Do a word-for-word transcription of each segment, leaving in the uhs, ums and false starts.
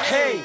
Hey!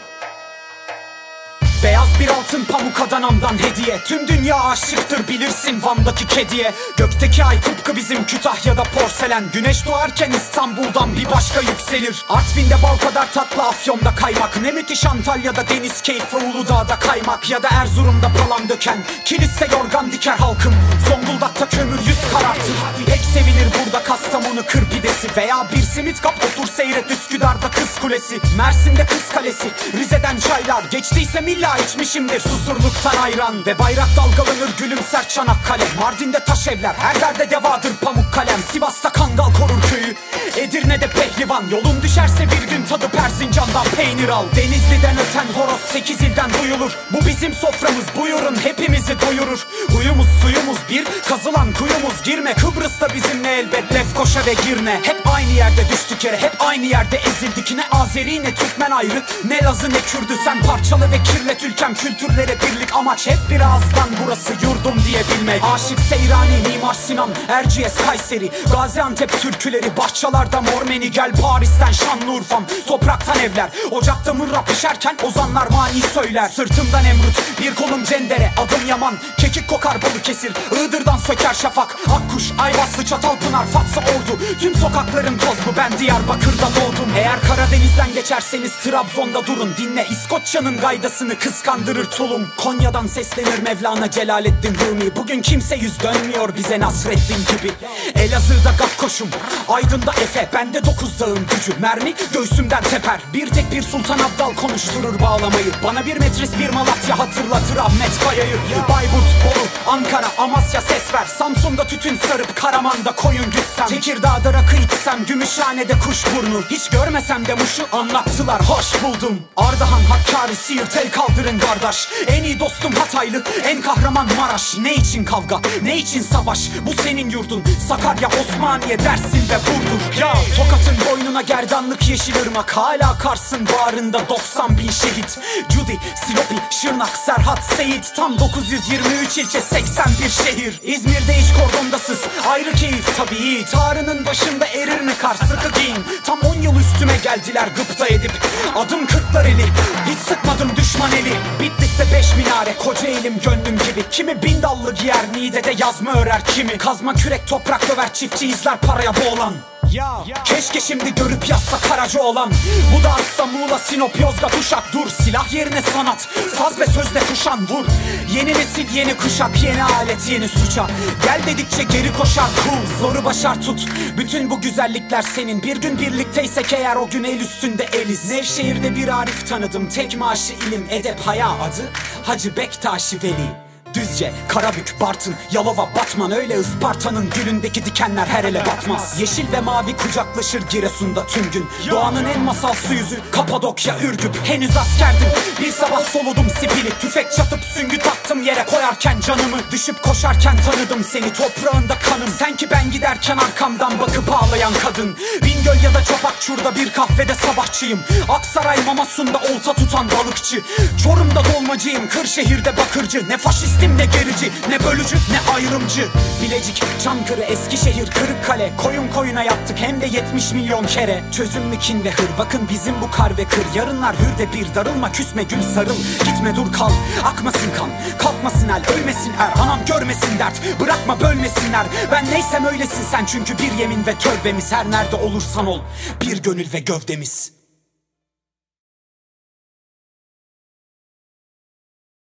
Beyaz bir altın pamuk Adana'mdan hediye. Tüm dünya aşıktır bilirsin Van'daki kediye. Gökteki ay tıpkı bizim Kütahya'da porselen. Güneş doğarken İstanbul'dan bir başka yükselir. Artvin'de bal kadar tatlı, Afyon'da kaymak. Ne müthiş Antalya'da deniz keyfi, Uludağ'da kaymak. Ya da Erzurum'da palan döken kilise yorgan diker halkım. Zonguldak'ta kömür yüz karartır. Pek sevilir burada Kastamonu kır pidesi. Veya bir simit kap otur seyret Üsküdar'da Kız Kulesi. Mersin'de Kız Kalesi, Rize'den çaylar. Geçtiyse milla içmişimdir Susurluk'tan ayran. Ve bayrak dalgalanır gülümser Çanakkale. Mardin'de taş evler, her derde devadır pamuk kalem. Sivas'ta Kangal korur köyü, Edirne'de pehlivan. Yolun düşerse bir gün tadı Erzincan'dan peynir al. Denizli'den öten horoz sekiz ilden duyulur. Bu bizim soframız, buyurun hepimizi doyurur. Huyumuz suyumuz bir, kazılan kuyumuz girme. Kıbrıs'ta bizimle elbet Lefkoşa ve Girne. Hep aynı yerde düştük yere, hep aynı yerde ezildik. Ne Azeri ne Türkmen ayrı, ne Lazı ne Kürdü. Sen parçalı ve kirlet ülkem, kültürlere birlik. Amaç hep bir ağızdan burası yurdum diyebilmek. Aşık Seyrani, Mimar Sinan, Erciyes, Kayseri, Gaziantep türküleri, bahçelerde Mormeni. Gel Paris'ten Şanlıurfa'm, topraktan evler. Ocakta mırra pişerken ozanlar mani söyler. Sırtımdan Emrut, bir kolum Cendere, adım Yaman. Kekik kokar Balıkesir, Iğdır'dan söker şafak. Akkuş, Ayvaslı, Çatalpınar, Fatsa, Ordu. Tüm sokakların tozlu, ben Diyarbakır'da doğdum. Eğer Karadeniz'den geçerseniz Trabzon'da durun. Dinle İskoçya'nın gaydasını, kıskandırır tulum. Konya'dan seslenir Mevlana Celaleddin Rumi. Bugün kimse yüz dönmüyor bize Nasreddin gibi. Elazığ'da Gakkoş'um, Aydın'da Efe. Bende dokuz dağın gücü, mermi göğsümden teper. Bir tek bir Sultan Abdal konuşturur bağlamayı. Bana bir Metris bir Malatya hatırlatır Ahmet Kaya'yı. Bayburt, Bolu, Ankara, Amasya ses ver. Samsun'da tütün sarıp Karaman'da koyun gütsem. Tekirdağ'da rakı içsem, Gümüşhane'de kuşburnu. Hiç görmesem de Muş'u anlattılar, hoş buldum. Ardahan, Hakkari, Siirt, el kaldırın kardeş. En iyi dostum Hataylı, en kahraman Maraş. Ne için kavga, ne için savaş? Bu senin yurdun. Sakarya, Osmaniye, Dersim ve Burdur. Ya Tokat'ın boynuna gerdanlık Yeşilırmak. Hala Kars'ın bağrında doksan bin şehit. Cudi, Silopi, Şırnak, Serhat, Seyit. Tam dokuz yüz yirmi üç ilçe, seksen bir şehir. İzmir'de hiç kordondasız, ayrı keyif tabii. Tarının başında erir mi kar, sıkı giyin. Tam on yıl üstüme geldiler gıpta edip. Adım Kırklareli, hiç sıkmadım düşman eli. Bitlis'te beş minare, Kocaeli'm gönlüm gibi. Kimi bin dallı giyer, Niğde'de yazma örer kimi. Kazma kürek toprak döver, çiftçi izler paraya boğulan. Ya, keşke şimdi görüp yazsa Karaca olan. Bu da Asla, Muğla, Sinop, Yozgat, Uşak. Dur, silah yerine sanat, saz ve sözle kuşan vur. Yeni nesil, yeni kuşak, yeni alet, yeni suça. Gel dedikçe geri koşar cool, zoru başar tut. Bütün bu güzellikler senin. Bir gün birlikteysek eğer o gün el üstünde eliz. Nevşehir'de bir Arif tanıdım, tek maaşı ilim, edep, haya, adı Hacı Bektaşi Veli. Düzce, Karabük, Bartın, Yalova, Batman. Öyle Isparta'nın gülündeki dikenler her ele batmaz. Yeşil ve mavi kucaklaşır Giresun'da tüm gün. Doğanın en masalsı yüzü Kapadokya, Ürgüp. Henüz askerdim, bir sabah soludum sipili. Tüfek çatıp süngü taktım yere koyarken canımı. Düşüp koşarken tanıdım seni, toprağında kanım. Sen ki ben giderken arkamdan bakıp ağlayan kadın. Bingöl ya da Çopakçur'da bir kahvede sabahçıyım. Aksaray, Mamasun'da olta tutan balıkçı. Çorum'da dolmacıyım, Kırşehir'de bakırcı. Ne faşist ne gerici, ne bölücü, ne ayrımcı. Bilecik, Çankırı, Eskişehir, Kırıkkale. Koyun koyuna yaptık hem de yetmiş milyon kere. Çözüm mü kin ve hır, bakın bizim bu kar ve kır. Yarınlar hür de bir, darılma küsme gül sarıl. Gitme dur kal, akmasın kan, kalkmasın el, ölmesin er. Anam görmesin dert, bırakma bölmesinler. Ben neysem öylesin sen, çünkü bir yemin ve tövbemiz. Her nerede olursan ol, bir gönül ve gövdemiz.